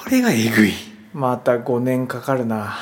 れがえぐい。 また5年かかるな。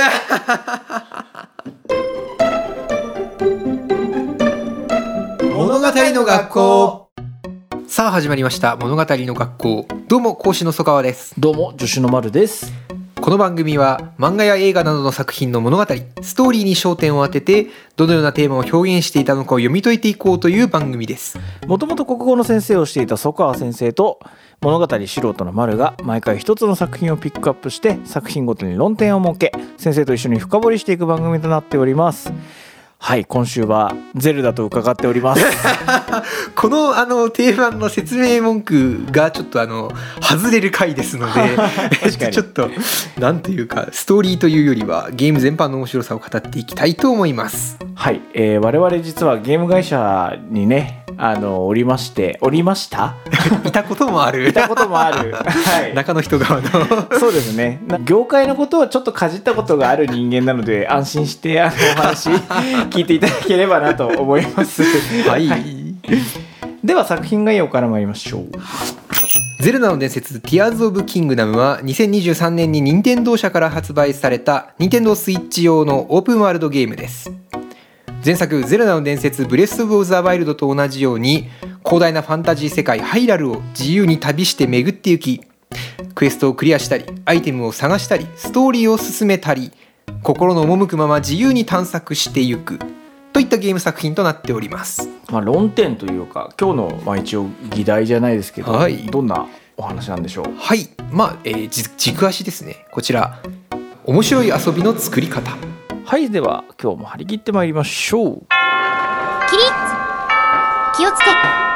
物語の学校。さあ始まりました物語の学校。どうも講師の曽川です。 どうも助手の丸です。 この番組は漫画や映画などの作品の物語、ストーリーに焦点を当ててどのようなテーマを表現していたのかを読み解いていこうという番組です。 もともと国語の先生をしていた曽川先生と物語素人の丸が毎回一つの作品をピックアップして作品ごとに論点を設け先生と一緒に深掘りしていく番組となっております。はい、今週はゼルダと伺っております。 この定番の説明文句がちょっと外れる回ですのでちょっとなんていうかストーリーというよりはゲーム全般の面白さを語っていきたいと思います。 はい、我々実はゲーム会社にねおりましたいたこともあるはい、 中の人側のそうですね。業界のことをちょっとかじったことがある人間なので安心してお話聞いていただければなと思います。 はい、 では作品概要から参りましょう。 ゼルダの伝説ティアーズ・オブ・キングダムは2023年に任天堂社から発売された任天堂スイッチ用のオープンワールドゲームです。前作ゼルダの伝説ブレス・オブ・ザ・ワイルドと同じように広大なファンタジー世界ハイラルを自由に旅して巡って行き、クエストをクリアしたりアイテムを探したりストーリーを進めたり心の赴くまま自由に探索していくといったゲーム作品となっております。 論点というか今日の一応議題じゃないですけど、 はい、 どんなお話なんでしょう。 はい、軸足ですね。こちら面白い遊びの作り方。 はい、では今日も張り切ってまいりましょう。 起立、気をつけ、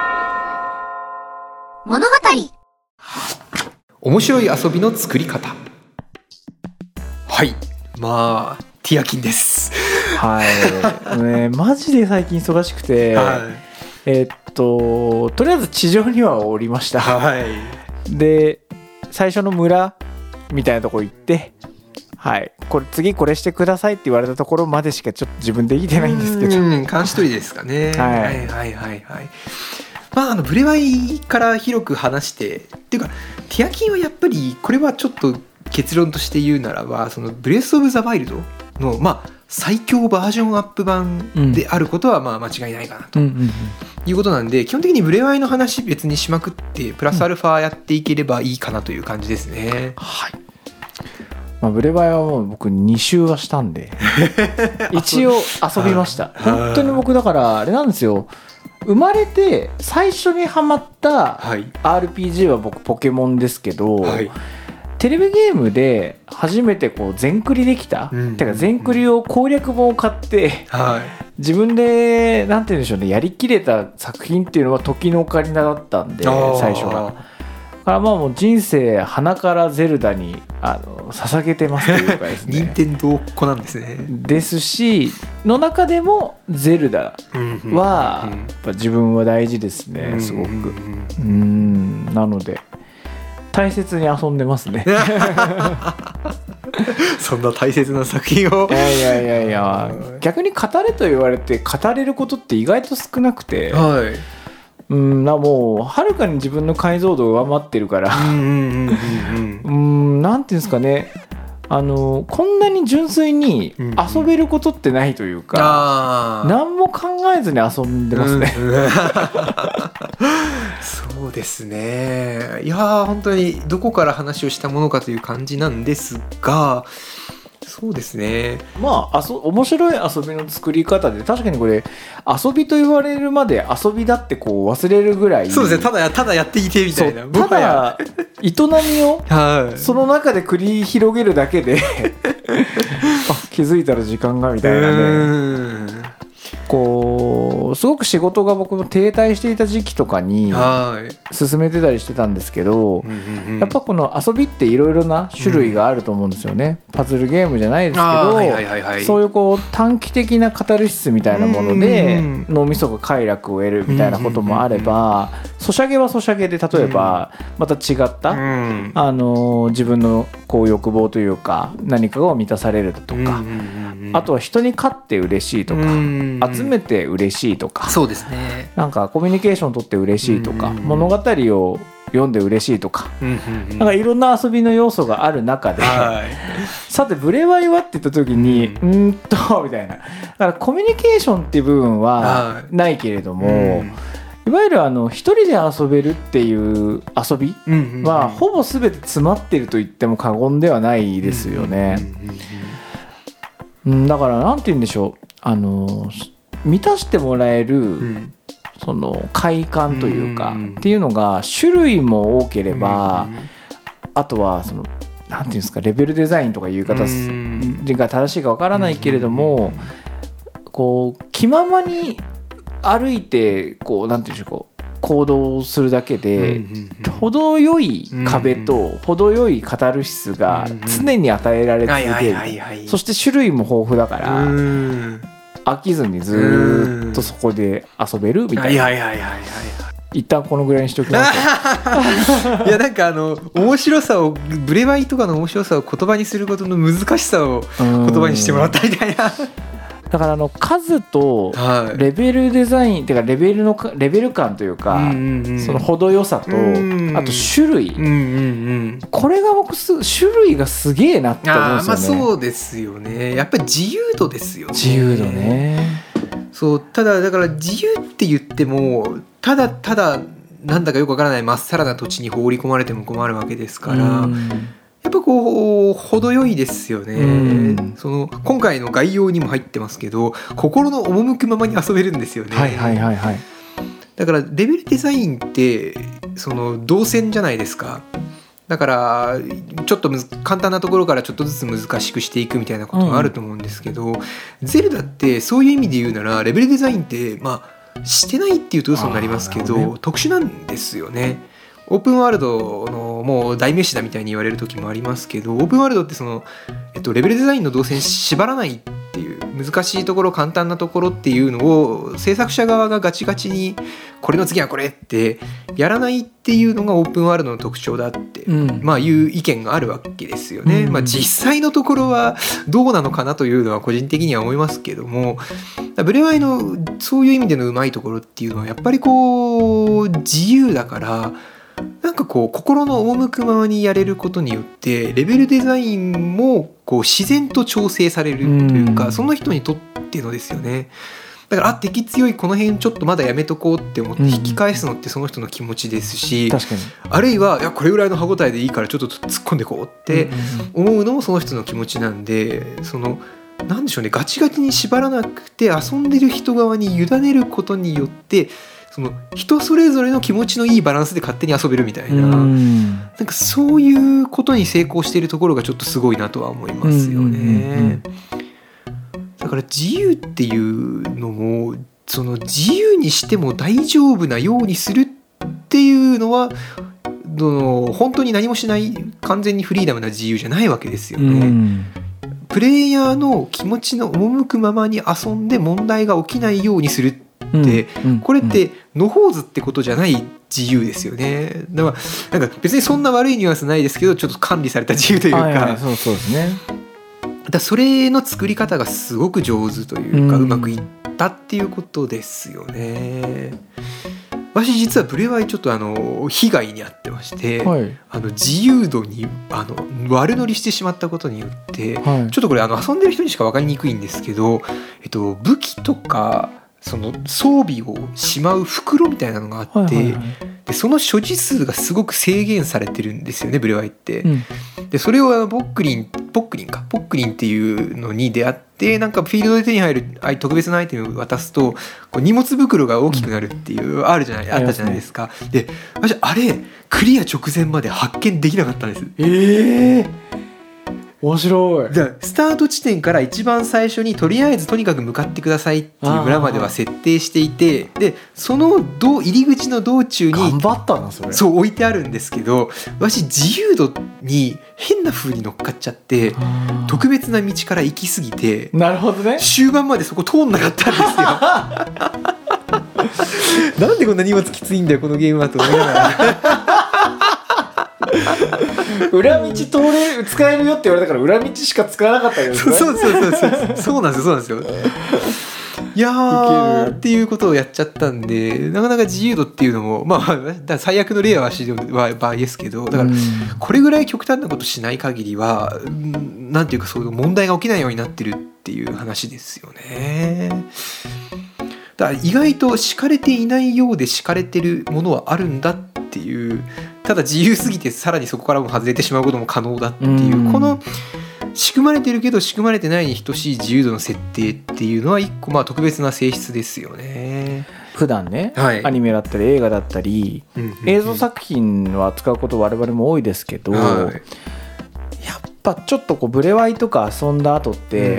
物語。 面白い遊びの作り方。はい、ティアキンです。 はい、ね、マジで最近忙しくて、はい、とりあえず地上には降りました。はい、で最初の村みたいなとこ行って、はい、次これしてくださいって言われたところまでしかちょっと自分できてないんですけど、 監視取りですかね。はいはいはいはい。ブレワイから広く話してっていうかティアキンはやっぱりこれはちょっと結論として言うならばそのブレス・オブ・ザ・ワイルドの最強バージョンアップ版であることは間違いないかなということなんで、基本的にブレワイの話別にしまくってプラスアルファやっていければいいかなという感じですね。 はい。ブレワイはもう僕2周はしたんで一応遊びました。本当に僕だからあれなんですよ、生まれて最初にハマった RPG は僕ポケモンですけど、はい、テレビゲームで初めて全クリできた、てか全クリを攻略本を買って、はい、自分でなんて言うんでしょうね、やりきれた作品っていうのは時のオカリナだったんで最初が。もう人生鼻からゼルダに捧げてますというかですね。 任天堂っ子なんですね。 ですしの中でもゼルダはやっぱ自分は大事ですね、すごく。なので大切に遊んでますね。 そんな大切な作品を。 いや逆に語れと言われて語れることって意外と少なくて、はい、もうはるかに自分の解像度を上回ってるからなんていうんですかね、こんなに純粋に遊べることってないというか、何も考えずに遊んでますね。 そうですね。いや本当にどこから話をしたものかという感じなんですが、そうですね。 面白い遊びの作り方で確かにこれ遊びと言われるまで遊びだって忘れるぐらい。 そうですね。ただやっていてみたいな。 ただ営みをその中で繰り広げるだけで気づいたら時間がみたいなね。すごく仕事が僕も停滞していた時期とかに進めてたりしてたんですけど、やっぱこの遊びっていろいろな種類があると思うんですよね。パズルゲームじゃないですけど、そういう短期的なカタルシスみたいなもので脳みそが快楽を得るみたいなこともあれば、ソシャゲはソシャゲで例えばまた違った自分の欲望というか何かが満たされるとか、あとは人に勝って嬉しいとか集めて嬉しいとか、 そうですね、 なんかコミュニケーション取って嬉しいとか、物語を読んで嬉しいとか、なんかいろんな遊びの要素がある中で、さてブレワイはって言った時にみたいな、だからコミュニケーションっていう部分はないけれども、いわゆる一人で遊べるっていう遊びはほぼ全て詰まってると言っても過言ではないですよね。だからなんて言うんでしょう、満たしてもらえるその快感というかっていうのが種類も多ければ、あとはそのなんていうんですか、レベルデザインとかいう言い方が正しいかわからないけれども、こう気ままに歩いてこうなんていうんでしょう、こう行動するだけで程よい壁と程よいカタルシスが常に与えられ続ける。そして種類も豊富だから飽きずにずっとそこで遊べるみたいな。一旦このぐらいにしておきますいやなんか面白さを、ブレワイとかの面白さを言葉にすることの難しさを言葉にしてもらったみたいな。 だから数とレベルデザインっていうかレベル感というか、その程よさとあと種類、これが僕種類がすげえなって思うんですよね。 そうですよね。やっぱり自由度ですよね。 自由度ね。 そうただだから自由って言ってもただなんだかよくわからないまっさらな土地に放り込まれても困るわけですから、やっぱこう程よいですよね。その今回の概要にも入ってますけど、心の赴くままに遊べるんですよね。だからレベルデザインってその動線じゃないですか。だからちょっと簡単なところからちょっとずつ難しくしていくみたいなことがあると思うんですけど、ゼルダってそういう意味で言うならレベルデザインってしてないっていうと嘘になりますけど、特殊なんですよね。オープンワールドのもう代名詞だみたいに言われる時もありますけど、オープンワールドってその、レベルデザインの動線縛らないっていう、難しいところ簡単なところっていうのを制作者側がガチガチにこれの次はこれってやらないっていうのがオープンワールドの特徴だって、いう意見があるわけですよね。実際のところはどうなのかなというのは個人的には思いますけども、ブレワイのそういう意味でのうまいところっていうのはやっぱりこう自由だから、なんかこう心の赴くままにやれることによってレベルデザインもこう自然と調整されるというか、その人にとってのですよね。だから敵強いこの辺ちょっとまだやめとこうって思って引き返すのってその人の気持ちですし、あるいはいやこれぐらいの歯応えでいいからちょっと突っ込んでこうって思うのもその人の気持ちなんで、そのなんでしょうね、ガチガチに縛らなくて遊んでる人側に委ねることによってその人それぞれの気持ちのいいバランスで勝手に遊べるみたいな、なんかそういうことに成功しているところがちょっとすごいなとは思いますよね。だから自由っていうのもその自由にしても大丈夫なようにするっていうのは本当に何もしない完全にフリーダムな自由じゃないわけですよね。プレイヤーの気持ちの赴くままに遊んで問題が起きないようにするってこれって野放図ってことじゃない自由ですよね。だからなんか別にそんな悪いニュアンスないですけど、ちょっと管理された自由というか、 そうですね。 だそれの作り方がすごく上手というか、うまくいったっていうことですよね。私実はブレワイちょっと被害に遭ってまして、自由度に悪乗りしてしまったことによって、ちょっとこれ遊んでる人にしか分かりにくいんですけど、武器とかその装備をしまう袋みたいなのがあって、でその所持数がすごく制限されてるんですよね、ブレワイって。でそれをポックリンっていうのに出会って、なんかフィールドで手に入る特別なアイテムを渡すとこう荷物袋が大きくなるっていうあったじゃないですか。で私あれクリア直前まで発見できなかったんです。 面白い。 じゃあスタート地点から一番最初にとりあえずとにかく向かってくださいっていう村までは設定していて、でその入り口の道中に頑張ったなそれ。 そう置いてあるんですけど、私自由度に変な風に乗っかっちゃって特別な道から行き過ぎて、 なるほどね、 終盤までそこ通んなかったんですよ。なんでこんな荷物きついんだよこのゲームはと思いながら裏道使えるよって言われたから裏道しか使わなかったけど、ね、 そうなんですよ。いいやーっていうことをやっちゃったんで、なかなか自由度っていうのもだから最悪の例は場合ですけど、だからこれぐらい極端なことしない限りはなんていうかそういう問題が起きないようになってるっていう話ですよね。だから意外と敷かれていないようで敷かれてるものはあるんだっていう、ただ自由すぎてさらにそこからも外れてしまうことも可能だっていう、この仕組まれてるけど仕組まれてないに等しい自由度の設定っていうのは一個特別な性質ですよね。 普段ね、はい、アニメだったり映画だったり、映像作品を扱うこと我々も多いですけど、やっぱちょっとブレワイとか遊んだ後って、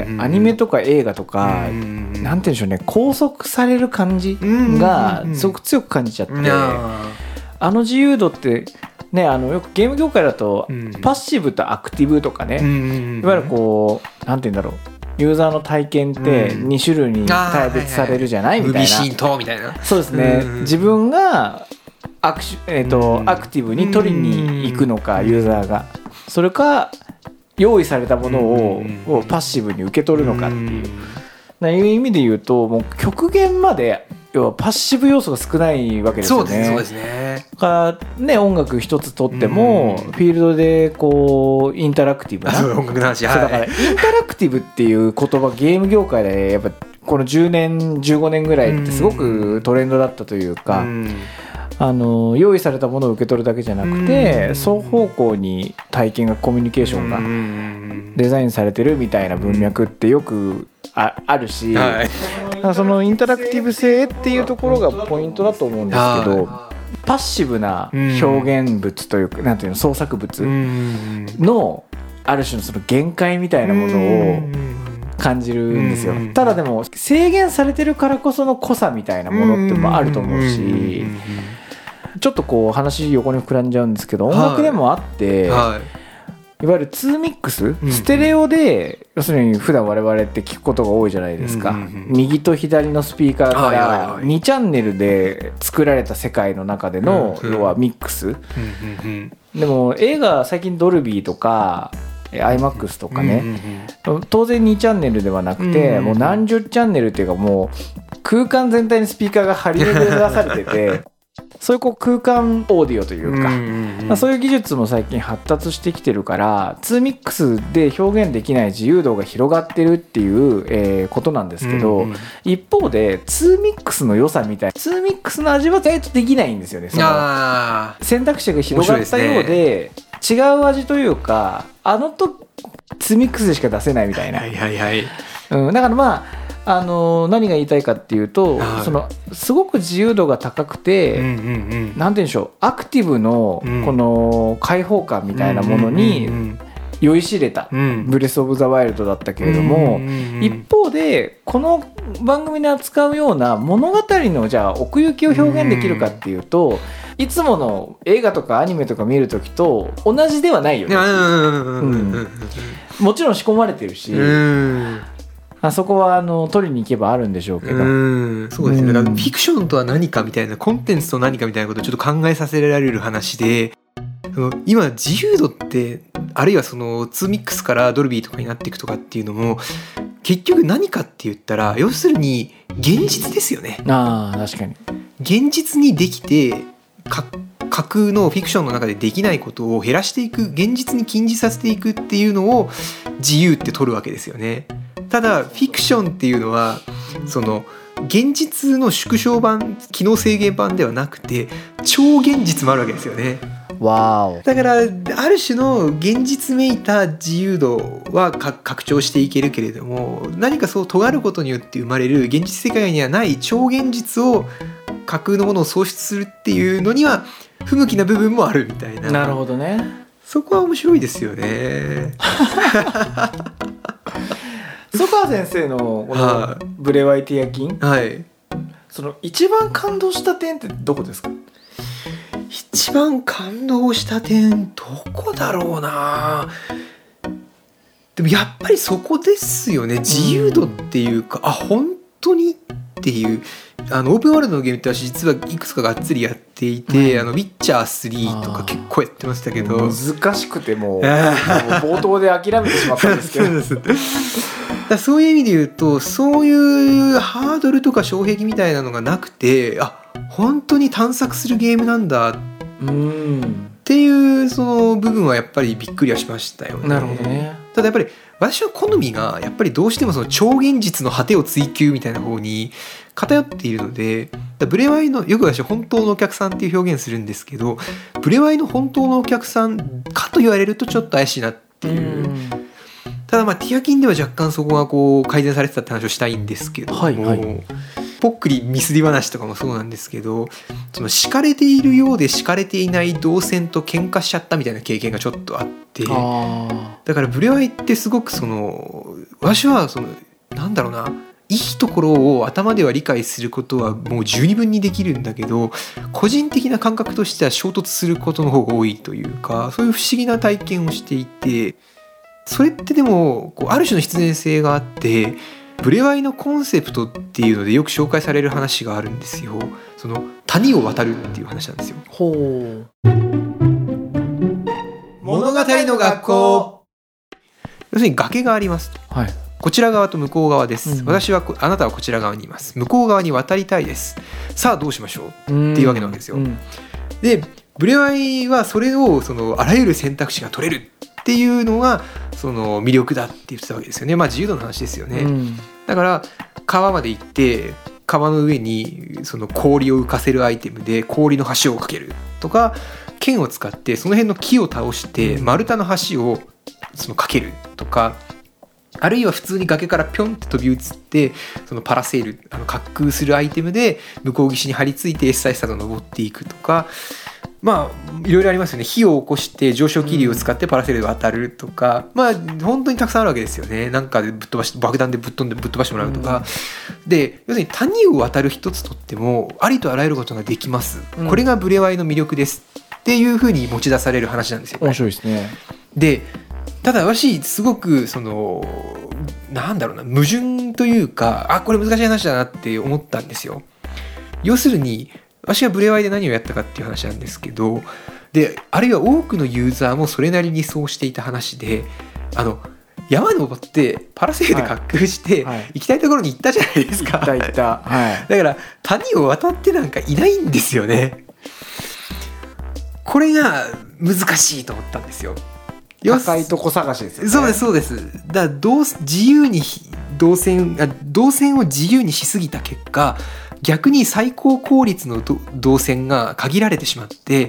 アニメとか映画とか、なんて言うんでしょうね、拘束される感じがすごく強く感じちゃって、自由度ってね、よくゲーム業界だと、パッシブとアクティブとかね、いわゆるなんて言うんだろう、ユーザーの体験って2種類に大別されるじゃない、みたいな。 無備浸透みたいな。 そうですね、自分がアクティブに取りに行くのか、ユーザーが、それか用意されたものをパッシブに受け取るのかっていう意味で言うと、もう極限まで要はパッシブ要素が少ないわけですよね。 そうですね。 だからね、音楽一つとってもフィールドでインタラクティブな音楽の話、 だからインタラクティブっていう言葉、ゲーム業界でやっぱこの10年15年ぐらいってすごくトレンドだったというか、用意されたものを受け取るだけじゃなくて、双方向に体験が、コミュニケーションがデザインされてるみたいな文脈ってよくあるし、そのインタラクティブ性っていうところがポイントだと思うんですけど、パッシブな表現物というか、なんていうの、創作物のある種のその限界みたいなものを感じるんですよ。ただでも制限されてるからこその濃さみたいなものってもあると思うし、ちょっと話横に膨らんじゃうんですけど、音楽でもあって、いわゆる2ミックス、ステレオで、要するに普段我々って聞くことが多いじゃないですか、右と左のスピーカーから2チャンネルで作られた世界の中での、要はミックス、でも映画最近ドルビーとかIMAX とかね、当然2チャンネルではなくて、もう何十チャンネルっていうか、もう空間全体にスピーカーが張り巡らされててそういう空間オーディオというか、そういう技術も最近発達してきてるから、2ミックスで表現できない自由度が広がってるっていう、ことなんですけど、一方で2ミックスの良さみたいな、2ミックスの味は意外とできないんですよね。その選択肢が広がったようで、違う味というか、2ミックスでしか出せないみたいな。だから何が言いたいかっていうと、すごく自由度が高くて、なんて言うんでしょう、アクティブのこの開放感みたいなものに酔いしれたブレス・オブ・ザ・ワイルドだったけれども、一方でこの番組で扱うような物語のじゃあ奥行きを表現できるかっていうと、いつもの映画とかアニメとか見るときと同じではないよね。もちろん仕込まれてるし、そこは取りに行けばあるんでしょうけど、 そうですね。だからフィクションとは何かみたいな、コンテンツと何かみたいなことをちょっと考えさせられる話で、今自由度って、あるいはその2ミックスからドルビーとかになっていくとかっていうのも、結局何かって言ったら、要するに現実ですよね。 確かに現実にできて、架空のフィクションの中でできないことを減らしていく、現実に近似させていくっていうのを自由って取るわけですよね。ただフィクションっていうのは、その現実の縮小版、機能制限版ではなくて超現実もあるわけですよね。だからある種の現実めいた自由度は拡張していけるけれども、何かそう尖ることによって生まれる現実世界にはない超現実を、架空のものを創出するっていうのには不向きな部分もあるみたいな。 なるほどね。 そこは面白いですよね。 曽川先生のこのブレワイティアキン、その一番感動した点ってどこですか？ 一番感動した点どこだろうな。でもやっぱりそこですよね。自由度っていうか、本当にっていう、オープンワールドのゲームって私実はいくつかがっつりやっていて、ウィッチャー3とか結構やってましたけど、 難しくてもう冒頭で諦めてしまったんですけどだそういう意味で言うとそういうハードルとか障壁みたいなのがなくて本当に探索するゲームなんだっていうその部分はやっぱりびっくりはしましたよね。 なるほどね。 ただやっぱり私の好みがやっぱりどうしてもその超現実の果てを追求みたいな方に偏っているので、ブレワイのよく私本当のお客さんっていう表現するんですけど、ブレワイの本当のお客さんかと言われるとちょっと怪しいなっていう。ただティアキンでは若干そこがこう改善されてたって話をしたいんですけども、ぽっくりミスり話とかもそうなんですけど、その敷かれているようで敷かれていない動線と喧嘩しちゃったみたいな経験がちょっとあって、だからブレワイってすごくその私はそのなんだろうな、いいところを頭では理解することはもう十二分にできるんだけど、個人的な感覚としては衝突することの方が多いというか、そういう不思議な体験をしていて、それってでもある種の必然性があって、ブレワイのコンセプトっていうのでよく紹介される話があるんですよ。その谷を渡るっていう話なんですよ。 ほう。 物語の学校。要するに崖がありますと、はい、こちら側と向こう側です、私はあなたはこちら側にいます、向こう側に渡りたいです、さあどうしましょうっていうわけなわけですよ、でブレワイはそれをそのあらゆる選択肢が取れるっていうのがその魅力だって言ってたわけですよね。自由度の話ですよね、だから川まで行って川の上にその氷を浮かせるアイテムで氷の橋を架けるとか、剣を使ってその辺の木を倒して丸太の橋をその架けるとか、あるいは普通に崖からピョンって飛び移ってそのパラセール滑空するアイテムで向こう岸に張り付いてエッサエッサと登っていくとか、いろいろありますよね。火を起こして上昇気流を使ってパラセールで渡るとか、本当にたくさんあるわけですよね。なんかでぶっ飛ばし爆弾でぶっ飛ばしてもらうとか、で要するに谷を渡る一つとってもありとあらゆることができます、これがブレワイの魅力ですっていうふうに持ち出される話なんですよ。 面白いですね。 でただ私すごくそのなんだろうな、矛盾というかこれ難しい話だなって思ったんですよ。要するに私がブレワイで何をやったかっていう話なんですけど、であるいは多くのユーザーもそれなりにそうしていた話で、山登ってパラセールで滑空して行きたいところに行ったじゃないですか。 行った、 だから谷を渡ってなんかいないんですよね。これが難しいと思ったんですよ。 高いとこ探しですよね。 そうですそうです。だから自由に動線を自由にしすぎた結果、逆に最高効率の動線が限られてしまって、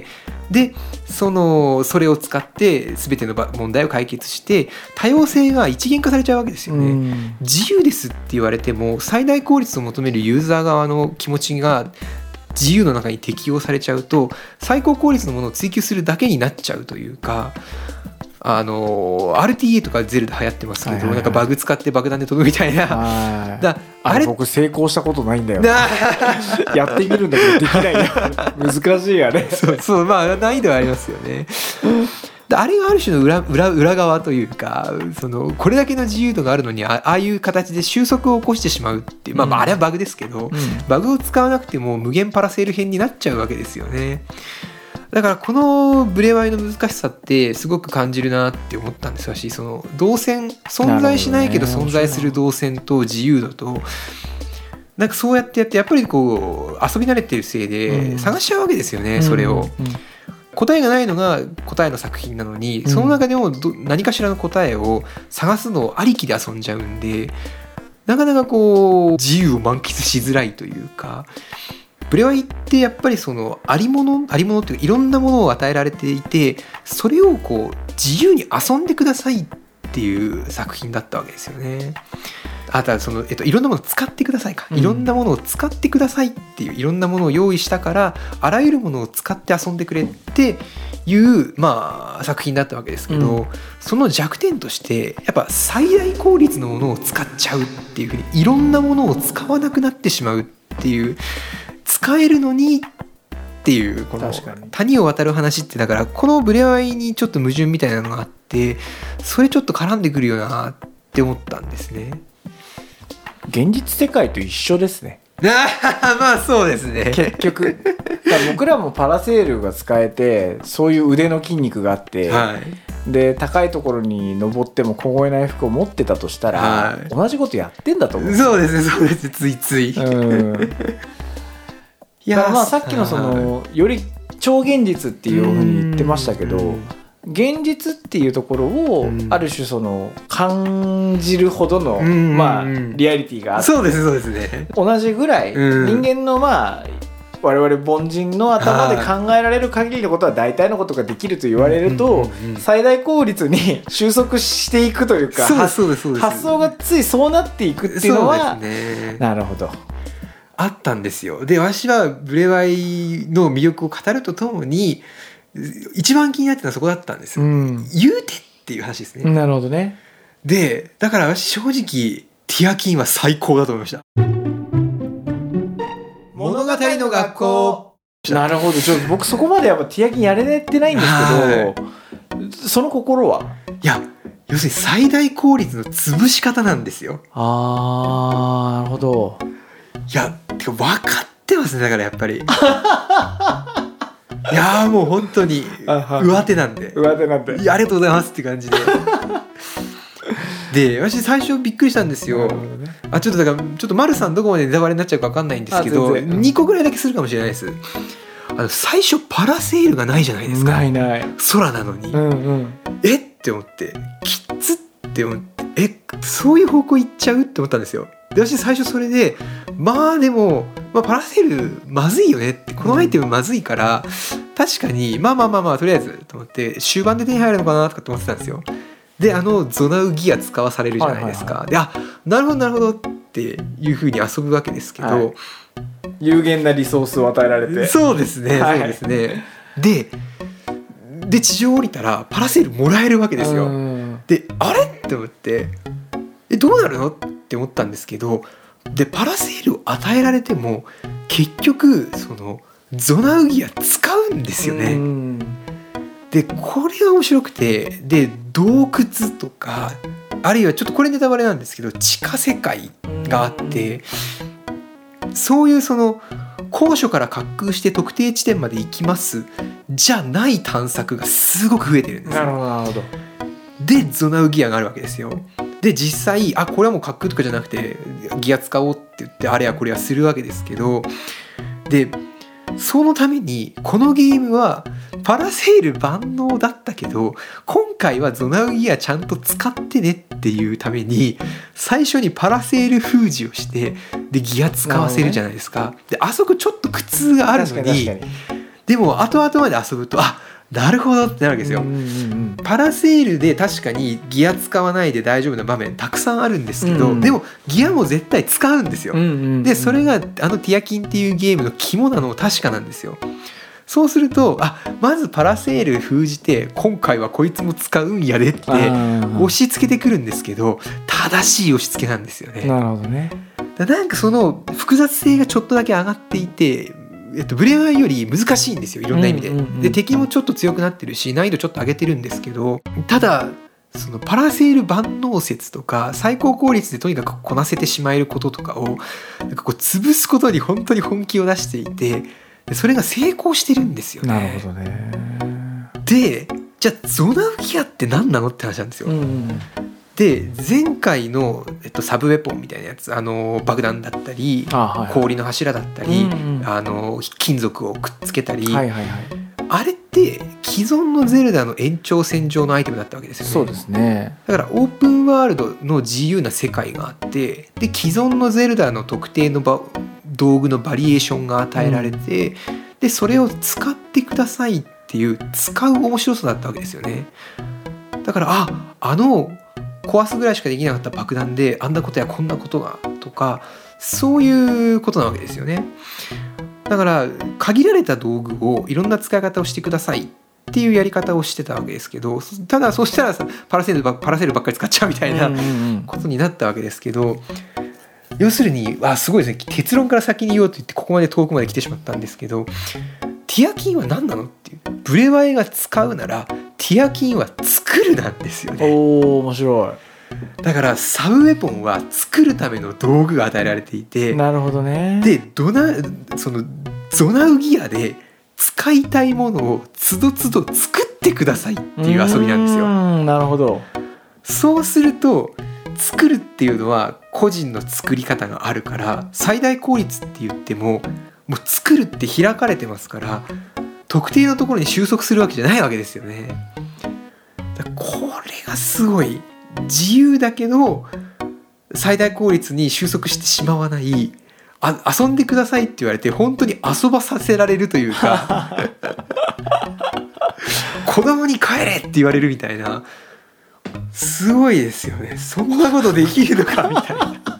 でそれを使って全ての問題を解決して多様性が一元化されちゃうわけですよね。自由ですって言われても最大効率を求めるユーザー側の気持ちが自由の中に適用されちゃうと、最高効率のものを追求するだけになっちゃうというか、RTA とかゼルで流行ってますけど、なんかバグ使って爆弾で飛ぶみたいな。 あれ僕成功したことないんだよやってみるんだけどできないよ難しいよね。 そう難易度はありますよね。あれがある種の裏側というか、これだけの自由度があるのにああいう形で収束を起こしてしまうっていう、あれはバグですけど、バグを使わなくても無限パラセール編になっちゃうわけですよね。だからこのブレワイの難しさってすごく感じるなって思ったんですし、その動線存在しないけど存在する動線と自由度と、なんかそうやってやってやっぱりこう遊び慣れてるせいで探しちゃうわけですよね、それを。答えがないのが答えの作品なのに、その中でも何かしらの答えを探すのをありきで遊んじゃうんで、なかなかこう自由を満喫しづらいというか、ブレワイってやっぱりそのありものっていうかいろんなものを与えられていて、それをこう自由に遊んでくださいっていう作品だったわけですよね。あとはいろんなものを使ってくださいか、いろんなものを使ってくださいっていう、いろんなものを用意したからあらゆるものを使って遊んでくれっていう作品だったわけですけど、その弱点としてやっぱ最大効率のものを使っちゃうっていうふうに、いろんなものを使わなくなってしまうっていう、使えるのにっていうこの谷を渡る話って、だからこのブレワイにちょっと矛盾みたいなのがあって、それちょっと絡んでくるよなって思ったんですね。 現実世界と一緒ですね。 そうですね。 結局僕らもパラセールが使えて、そういう腕の筋肉があって、 で高いところに登っても凍えない服を持ってたとしたら、はい、同じことやってんだと思う。 そうですねそうですついつい、 いやまあさっきのそのより超現実っていうふうに言ってましたけど、現実っていうところをある種その感じるほどのまあリアリティがあって、 そうですそうですね、 同じぐらい人間のまあ我々凡人の頭で考えられる限りのことは大体のことができると言われると最大効率に収束していくというか、発想がついそうなっていくっていうのは、なるほどあったんですよ。で私はブレワイの魅力を語るとともに一番気になってたのはそこだったんですよ、言うてっていう話ですね。 なるほどね。 でだから私正直ティアキンは最高だと思いました。物語の学校。 なるほど。僕そこまでやっぱティアキンやれてないんですけど、その心は、 いや要するに最大効率の潰し方なんですよ。 なるほど。 いやてか分かってますね。だからやっぱりいやもう本当に上手なんでいやありがとうございますって感じでで私最初びっくりしたんですよ、ちょっとだからちょっと丸さんどこまでネタバレになっちゃうか分かんないんですけど、2個ぐらいだけするかもしれないです。最初パラセールがないじゃないですか。 ない空なのに、えって思ってきっつって思ってそういう方向行っちゃうって思ったんですよ。で私最初それででも、パラセールまずいよねってこのアイテムまずいから確かにとりあえずと思って終盤で手に入るのかなとかって思ってたんですよ。でゾナウギア使わされるじゃないですか、でなるほどっていう風に遊ぶわけですけど、 有限なリソースを与えられてそうですね、そうですね。で地上降りたらパラセールもらえるわけですよ。であれって思ってどうなるのって思ったんですけど、でパラセールを与えられても結局そのゾナウギア使うんですよね。でこれが面白くて、で洞窟とかあるいはちょっとこれネタバレなんですけど地下世界があって、そういうその高所から滑空して特定地点まで行きますじゃない探索がすごく増えてるんですよ。 なるほど。 でゾナウギアがあるわけですよ。で実際これはもう滑空とかじゃなくてギア使おうって言ってあれやこれやするわけですけど、でそのためにこのゲームはパラセール万能だったけど今回はゾナウギアちゃんと使ってねっていうために最初にパラセール封じをしてでギア使わせるじゃないですか。であそこちょっと苦痛があるのにでも後々まで遊ぶとなるほどってなるわけですよ。パラセールで確かにギア使わないで大丈夫な場面たくさんあるんですけど、でもギアも絶対使うんですよ。でそれがティアキンっていうゲームの肝なのも確かなんですよ。そうするとまずパラセール封じて今回はこいつも使うんやでって押し付けてくるんですけど正しい押し付けなんですよね。 なるほどね。 なんかその複雑性がちょっとだけ上がっていてブレワイより難しいんですよ、いろんな意味で。で敵もちょっと強くなってるし難易度ちょっと上げてるんですけど、ただそのパラセール万能説とか最高効率でとにかくこなせてしまえることとかをなんかこう潰すことに本当に本気を出していて、それが成功してるんですよね。 なるほどね。 でじゃあゾナウギアって何なのって話なんですよ。で前回の、サブウェポンみたいなやつ爆弾だったり、氷の柱だったり、金属をくっつけたり、あれって既存のゼルダの延長線上のアイテムだったわけですよね。 そうですね。 だからオープンワールドの自由な世界があってで既存のゼルダの特定の道具のバリエーションが与えられて、でそれを使ってくださいっていう使う面白さだったわけですよね。だから壊すぐらいしかできなかった爆弾であんなことやこんなことがとかそういうことなわけですよね。だから限られた道具をいろんな使い方をしてくださいっていうやり方をしてたわけですけど、ただそうしたらパラセールばっかり使っちゃうみたいなことになったわけですけど、要するにすごいですね、結論から先に言おうと言ってここまで遠くまで来てしまったんですけど、ティアキンは何なのっていう、ブレワイが使うならティアキンは作るなんですよね。 面白い。 だからサブウェポンは作るための道具が与えられていて、 なるほどね。 でそのゾナウギアで使いたいものをつどつど作っってくださいっていう遊びなんですよ。 なるほど。 そうすると作るっていうのは個人の作り方があるから、最大効率って言ってももう作るって開かれてますから、特定のところに収束するわけじゃないわけですよね。だからこれがすごい自由だけど最大効率に収束してしまわない、遊んでくださいって言われて本当に遊ばさせられるというか子供に帰れって言われるみたいな、すごいですよね。そんなことできるのかみたい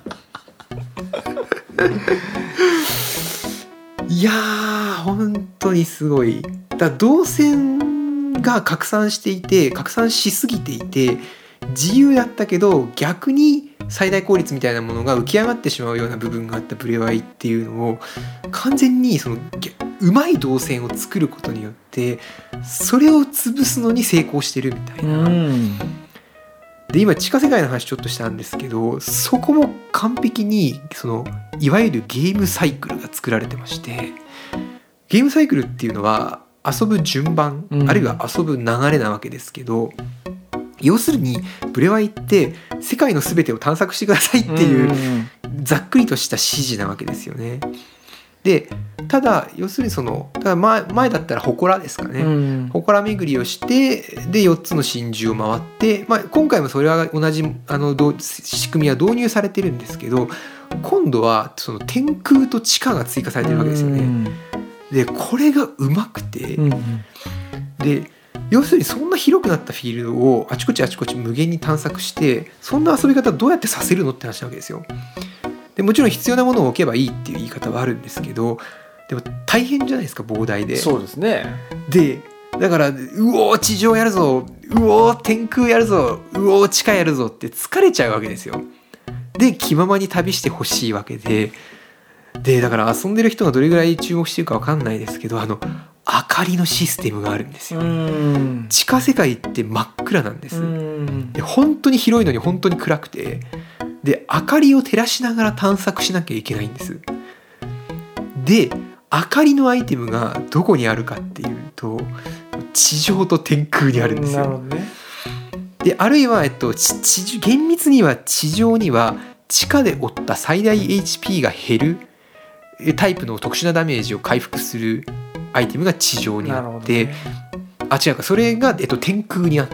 ないやー本当にすごい。だ動線が拡散していて、拡散しすぎていて自由だったけど逆に最大効率みたいなものが浮き上がってしまうような部分があったブレワイっていうのを完全にそのうまい動線を作ることによってそれを潰すのに成功してるみたいな。で今地下世界の話ちょっとしたんですけど、そこも完璧にそのいわゆるゲームサイクルが作られてまして、ゲームサイクルっていうのは遊ぶ順番、あるいは遊ぶ流れなわけですけど、要するにブレワイって世界の全てを探索してくださいっていうざっくりとした指示なわけですよね。でただ要するにその前だったら祠ですかね、祠巡りをしてで4つの真珠を回って、今回もそれは同じ仕組みは導入されてるんですけど、今度はその天空と地下が追加されてるわけですよね。でこれがうまくて、で要するにそんな広くなったフィールドをあちこち無限に探索して、そんな遊び方どうやってさせるのって話なわけですよ。でもちろん必要なものを置けばいいっていう言い方はあるんですけど、でも大変じゃないですか、膨大で。 そうですね。 でだからうおー地上やるぞ、うおー天空やるぞ、うおー地下やるぞって疲れちゃうわけですよ。で気ままに旅してほしいわけで、だから遊んでる人がどれぐらい注目してるか分かんないですけど、明かりのシステムがあるんですよ。地下世界って真っ暗なんです。で本当に広いのに本当に暗くて、で明かりを照らしながら探索しなきゃいけないんです。で明かりのアイテムがどこにあるかっていうと地上と天空にあるんですよ。 なるほどね。 であるいは、厳密には地上には地下で負った最大 HP が減るタイプの特殊なダメージを回復するアイテムが地上にあって、それが、天空にあって、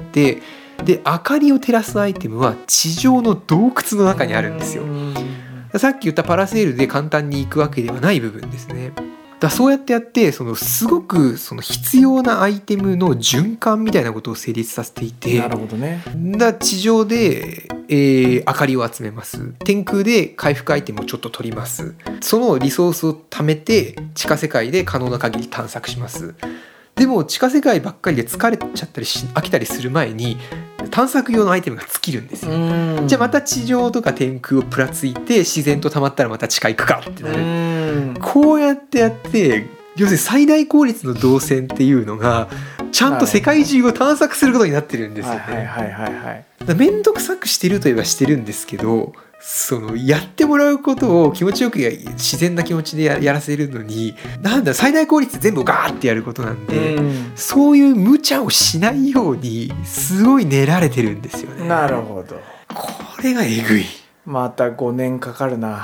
で明かりを照らすアイテムは地上の洞窟の中にあるんですよ。さっき言ったパラセールで簡単に行くわけではない部分ですね。そうやってすごく必要なアイテムの循環みたいなことを成立させていて、 なるほどね。 地上で、明かりを集めます。天空で回復アイテムをちょっと取ります。そのリソースを貯めて地下世界で可能な限り探索します。でも地下世界ばっかりで疲れちゃったり飽きたりする前に探索用のアイテムが尽きるんですよ。じゃあまた地上とか天空をプラついて自然と溜まったらまた地下行くかってなる。こうやって要するに最大効率の動線っていうのがちゃんと世界中を探索することになってるんですよね。めんどくさくしてるといえばしてるんですけど、やってもらうことを気持ちよく自然な気持ちで やらせるのに最大効率全部ガーってやることなんで、そういう無茶をしないようにすごい練られてるんですよね。 なるほど。 これがえぐい。 また5年かかるな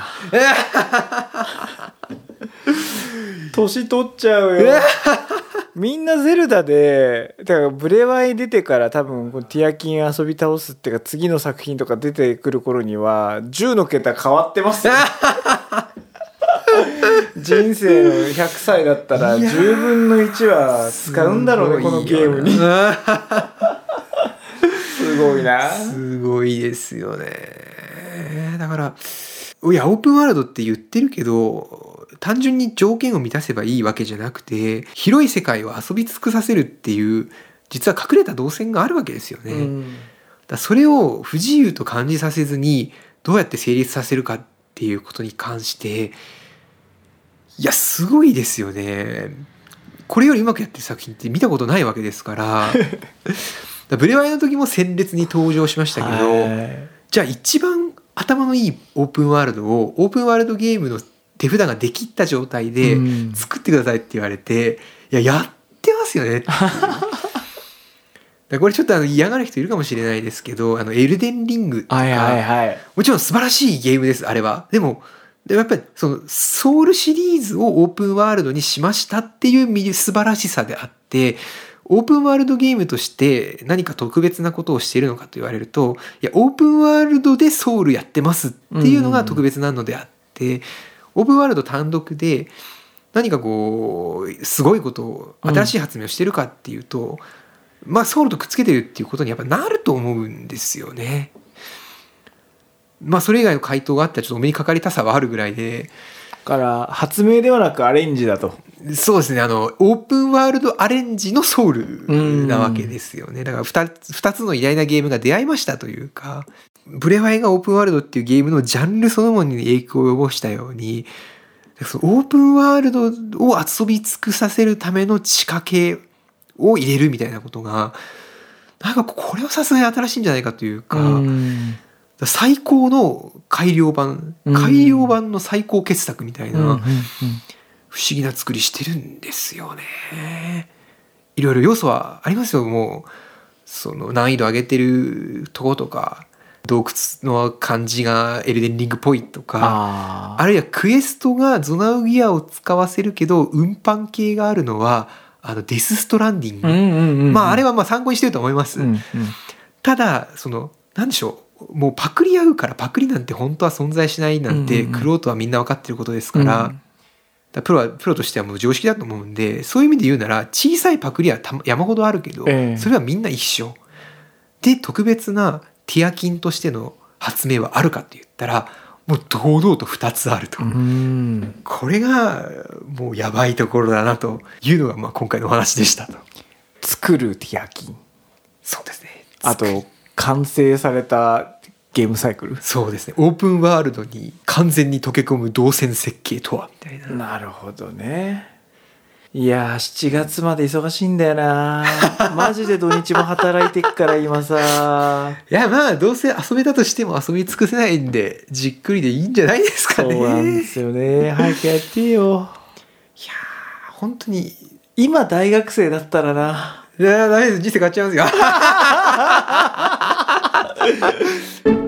年取っちゃうよみんなゼルダでだからブレワイ出てから多分このティアキン遊び倒すっていうか次の作品とか出てくる頃には10の桁変わってますよ人生の100歳だったら10分の1は使うんだろうねこのゲームにすごいな。 すごいですよね。だからオープンワールドって言ってるけど単純に条件を満たせばいいわけじゃなくて、広い世界を遊び尽くさせるっていう実は隠れた動線があるわけですよね。それを不自由と感じさせずにどうやって成立させるかっていうことに関してすごいですよね。これよりうまくやってる作品って見たことないわけですからブレワイの時も鮮烈に登場しましたけど、じゃあ一番頭のいいオープンワールドをオープンワールドゲームの手札ができった状態で作ってくださいって言われて、やってますよねってこれちょっと嫌がる人いるかもしれないですけど、エルデンリングとか、 はいはいはい、 もちろん素晴らしいゲームです、あれは。でもやっぱりそのソウルシリーズをオープンワールドにしましたっていう素晴らしさであって、オープンワールドゲームとして何か特別なことをしているのかと言われると、いやオープンワールドでソウルやってますっていうのが特別なのであって、オープンワールド単独で何かこうすごいことを新しい発明をしてるかっていうと、まあソウルとくっつけてるっていうことにやっぱなると思うんですよね。まあそれ以外の回答があったらちょっとお目にかかりたさはあるぐらいで、 だから発明ではなくアレンジだと。 そうですね、オープンワールドアレンジのソウルなわけですよね。だから2つの偉大なゲームが出会いましたというか、ブレワイがオープンワールドっていうゲームのジャンルそのものに影響を及ぼしたように、そのオープンワールドを遊び尽くさせるための仕掛けを入れるみたいなことが、なんかこれはさすがに新しいんじゃないかというか、最高の改良版の最高傑作みたいな不思議な作りしてるんですよね。いろいろ要素はありますよ。もうその難易度上げてるとことか、洞窟の感じがエルデンリングっぽいとか、あるいはクエストがゾナウギアを使わせるけど運搬系があるのはデスストランディング、まああれはまあ参考にしてると思います、ただそのなんでしょう、もうパクリ合うからパクリなんて本当は存在しないなんて玄人はみんな分かってることですから、プロとしてはもう常識だと思うんで、そういう意味で言うなら小さいパクリは山ほどあるけど、それはみんな一緒で、特別なティアキンとしての発明はあるかって言ったらもう堂々と2つあると。これがもうやばいところだなというのがまあ今回のお話でしたと。 作るティアキン、 そうですね。 あと完成されたゲームサイクル、 そうですね。オープンワールドに完全に溶け込む動線設計とはみたいな。 なるほどね。いや7月まで忙しいんだよなマジで土日も働いてっから今さ。 いやまあどうせ遊べたとしても遊び尽くせないんでじっくりでいいんじゃないですかね。 そうなんですよね。早くやってよ。いや本当に今大学生だったらな。 いやダメです、人生変わっちゃいますよ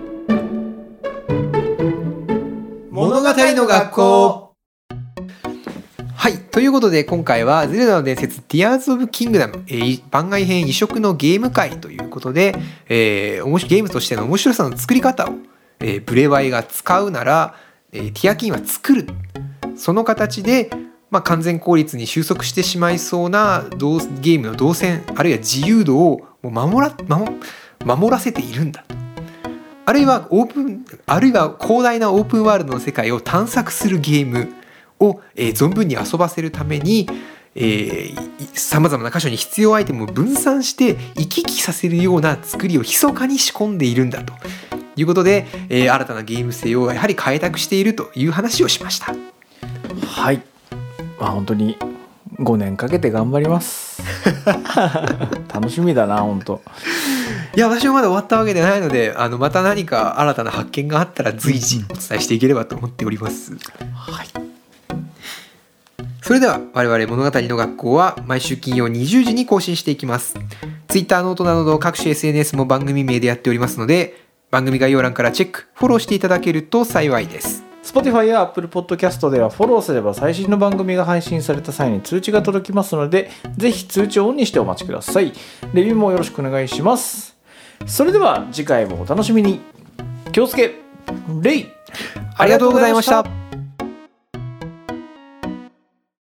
物語の学校。はい、ということで今回はゼルダの伝説ティアーズ・オブ・キングダム、番外編異色のゲーム会ということで、ゲームとしての面白さの作り方を、ブレワイが使うなら、ティアキンは作る、その形で、まあ、完全効率に収束してしまいそうなゲームの動線あるいは自由度をもう守らせているんだと。あるいは広大なオープンワールドの世界を探索するゲームを、存分に遊ばせるためにさまざまな箇所に必要アイテムを分散して行き来させるような作りを密かに仕込んでいるんだということで、新たなゲーム性をやはり開拓しているという話をしました。 はい、まあ、本当に5年かけて頑張ります楽しみだな本当。 いや私もまだ終わったわけではないのでまた何か新たな発見があったら随時お伝えしていければと思っております、はい。それでは我々物語の学校は毎週金曜20時に更新していきます。 Twitter ノートなどの各種 SNS も番組名でやっておりますので番組概要欄からチェックフォローしていただけると幸いです。 Spotify や Apple Podcast ではフォローすれば最新の番組が配信された際に通知が届きますのでぜひ通知をオンにしてお待ちください。レビューもよろしくお願いします。それでは次回もお楽しみに。気をつけレイ。 ありがとうございました。